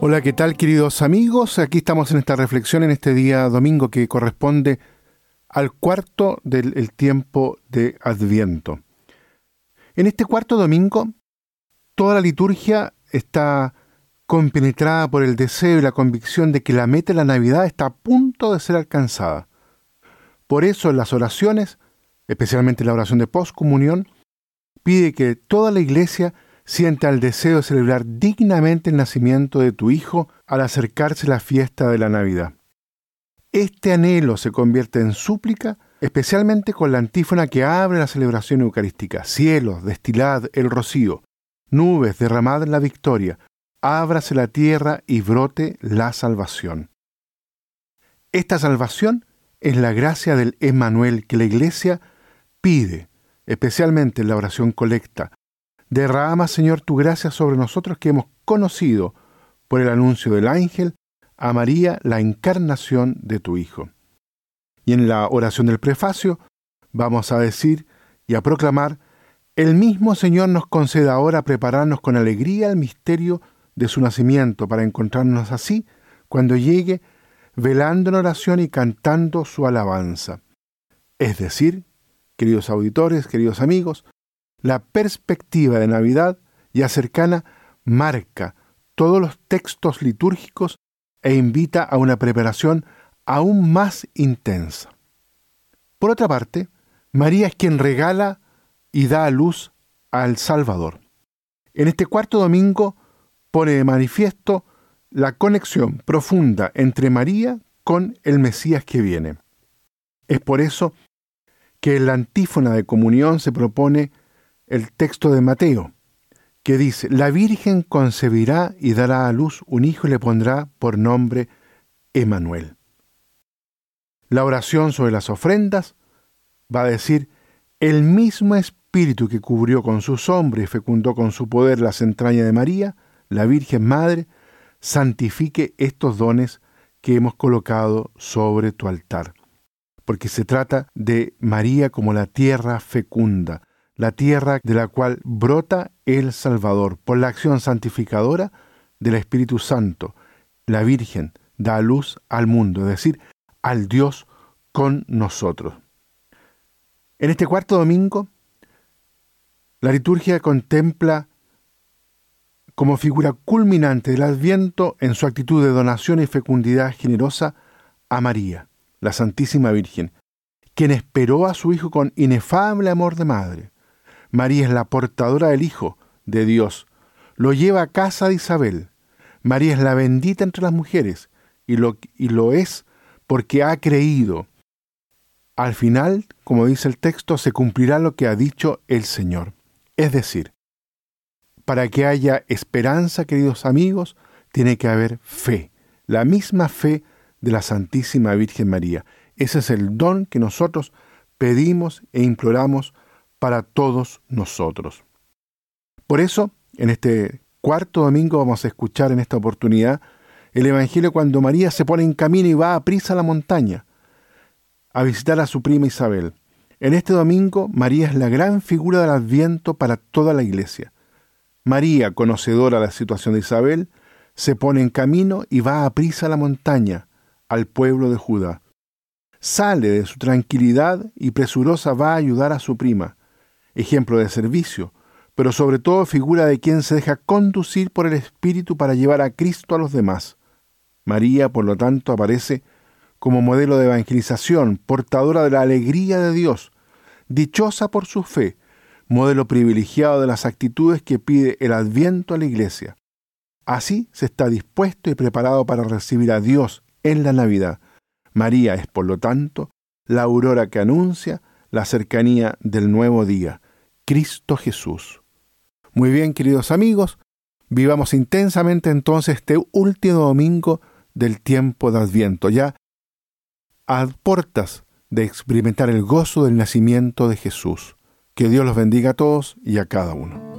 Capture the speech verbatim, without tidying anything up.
Hola, ¿qué tal, queridos amigos? Aquí estamos en esta reflexión en este día domingo que corresponde al cuarto del el tiempo de Adviento. En este cuarto domingo, toda la liturgia está compenetrada por el deseo y la convicción de que la meta de la Navidad está a punto de ser alcanzada. Por eso en las oraciones, especialmente la oración de postcomunión, pide que toda la Iglesia sienta el deseo de celebrar dignamente el nacimiento de tu Hijo al acercarse la fiesta de la Navidad. Este anhelo se convierte en súplica, especialmente con la antífona que abre la celebración eucarística. Cielos, destilad el rocío, nubes, derramad la victoria, ábrase la tierra y brote la salvación. Esta salvación es la gracia del Emmanuel que la Iglesia pide, especialmente en la oración colecta. Derrama, Señor, tu gracia sobre nosotros que hemos conocido, por el anuncio del ángel, a María la encarnación de tu Hijo. Y en la oración del prefacio vamos a decir y a proclamar: el mismo Señor nos conceda ahora prepararnos con alegría el misterio de su nacimiento, para encontrarnos así cuando llegue, velando en oración y cantando su alabanza. Es decir, queridos auditores, queridos amigos, la perspectiva de Navidad ya cercana marca todos los textos litúrgicos e invita a una preparación aún más intensa. Por otra parte, María es quien regala y da a luz al Salvador. En este cuarto domingo pone de manifiesto la conexión profunda entre María con el Mesías que viene. Es por eso que en la antífona de comunión se propone el texto de Mateo, que dice: la Virgen concebirá y dará a luz un hijo y le pondrá por nombre Emmanuel. La oración sobre las ofrendas va a decir: el mismo Espíritu que cubrió con su sombra y fecundó con su poder las entrañas de María, la Virgen Madre, santifique estos dones que hemos colocado sobre tu altar. Porque se trata de María como la tierra fecunda, la tierra de la cual brota el Salvador. Por la acción santificadora del Espíritu Santo, la Virgen da a luz al mundo, es decir, al Dios con nosotros. En este cuarto domingo, la liturgia contempla como figura culminante del Adviento, en su actitud de donación y fecundidad generosa, a María, la Santísima Virgen, quien esperó a su Hijo con inefable amor de madre. María es la portadora del Hijo de Dios. Lo lleva a casa de Isabel. María es la bendita entre las mujeres, y lo, y lo es porque ha creído. Al final, como dice el texto, se cumplirá lo que ha dicho el Señor. Es decir, para que haya esperanza, queridos amigos, tiene que haber fe, la misma fe de la Santísima Virgen María. Ese es el don que nosotros pedimos e imploramos para todos nosotros. Por eso, en este cuarto domingo vamos a escuchar en esta oportunidad el Evangelio cuando María se pone en camino y va a prisa a la montaña a visitar a su prima Isabel. En este domingo, María es la gran figura del Adviento para toda la Iglesia. María, conocedora de la situación de Isabel, se pone en camino y va a prisa a la montaña, al pueblo de Judá. Sale de su tranquilidad y presurosa va a ayudar a su prima, ejemplo de servicio, pero sobre todo figura de quien se deja conducir por el Espíritu para llevar a Cristo a los demás. María, por lo tanto, aparece como modelo de evangelización, portadora de la alegría de Dios, dichosa por su fe, modelo privilegiado de las actitudes que pide el Adviento a la Iglesia. Así se está dispuesto y preparado para recibir a Dios en la Navidad. María es, por lo tanto, la aurora que anuncia la cercanía del nuevo día, Cristo Jesús. Muy bien, queridos amigos, vivamos intensamente entonces este último domingo del tiempo de Adviento, ya a puertas de experimentar el gozo del nacimiento de Jesús. Que Dios los bendiga a todos y a cada uno.